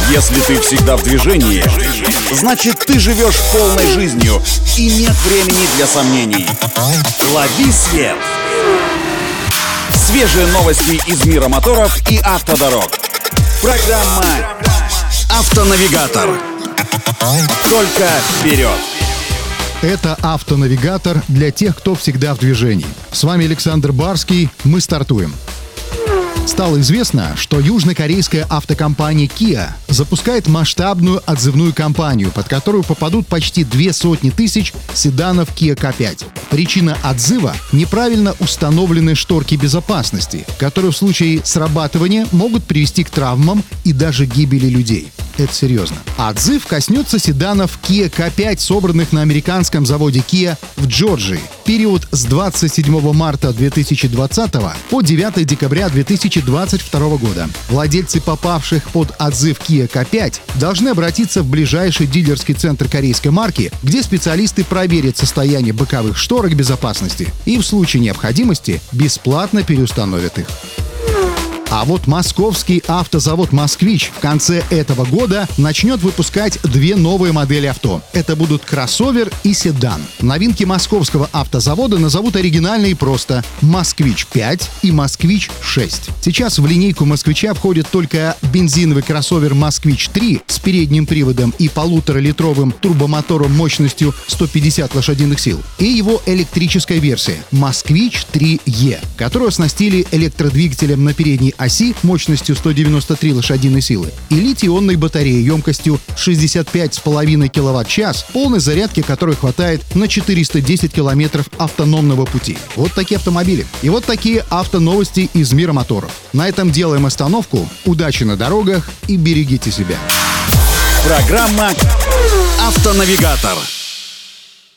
Если ты всегда в движении, значит ты живешь полной жизнью и нет времени для сомнений. Лови свет! Свежие новости из мира моторов и автодорог. Программа «Автонавигатор». Только вперед! Это «Автонавигатор» для тех, кто всегда в движении. С вами Александр Барский. Мы стартуем. Стало известно, что южнокорейская автокомпания Kia запускает масштабную отзывную кампанию, под которую попадут почти 200 тысяч седанов Kia K5. Причина отзыва — неправильно установленные шторки безопасности, которые в случае срабатывания могут привести к травмам и даже гибели людей. Это серьезно. Отзыв коснется седанов Kia K5, собранных на американском заводе Kia в Джорджии. Период с 27 марта 2020 по 9 декабря 2022 года. Владельцы попавших под отзыв Kia K5 должны обратиться в ближайший дилерский центр корейской марки, где специалисты проверят состояние боковых шторок безопасности и в случае необходимости бесплатно переустановят их. А вот московский автозавод «Москвич» в конце этого года начнет выпускать две новые модели авто. Это будут кроссовер и седан. Новинки московского автозавода назовут оригинально и просто «Москвич-5» и «Москвич-6». Сейчас в линейку «Москвича» входит только бензиновый кроссовер «Москвич-3» с передним приводом и 1,5-литровым турбомотором мощностью 150 лошадиных сил и его электрическая версия «Москвич-3Е», которую оснастили электродвигателем на передней оси мощностью 193 лошадиные силы и литий-ионной батареей емкостью 65,5 кВт-час, полной зарядки которой хватает на 410 километров автономного пути. Вот такие автомобили. И вот такие автоновости из мира моторов. На этом делаем остановку. Удачи на дорогах и берегите себя. Программа «Автонавигатор».